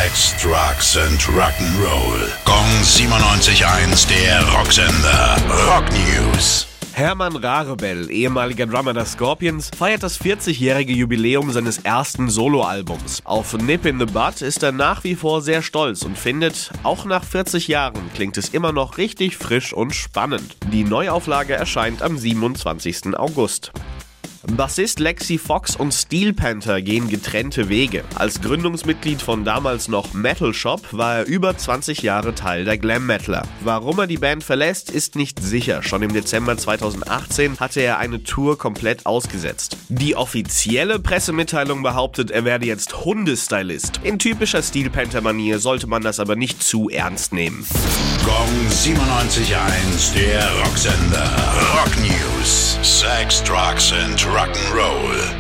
Sex, Drugs and Rock'n'Roll. Gong 97.1, der Rocksender. Rock News. Hermann Rarebell, ehemaliger Drummer der Scorpions, feiert das 40-jährige Jubiläum seines ersten Soloalbums. Auf Nip in the Bud ist er nach wie vor sehr stolz und findet, auch nach 40 Jahren klingt es immer noch richtig frisch und spannend. Die Neuauflage erscheint am 27. August. Bassist Lexi Fox und Steel Panther gehen getrennte Wege. Als Gründungsmitglied von damals noch Metal Shop war er über 20 Jahre Teil der Glam Metaler. Warum er die Band verlässt, ist nicht sicher. Schon im Dezember 2018 hatte er eine Tour komplett ausgesetzt. Die offizielle Pressemitteilung behauptet, er werde jetzt Hundestylist. In typischer Steel Panther-Manier sollte man das aber nicht zu ernst nehmen. Gong 97.1, der Rocksender. Rock News. Sex, Drugs and Rock'n'Roll.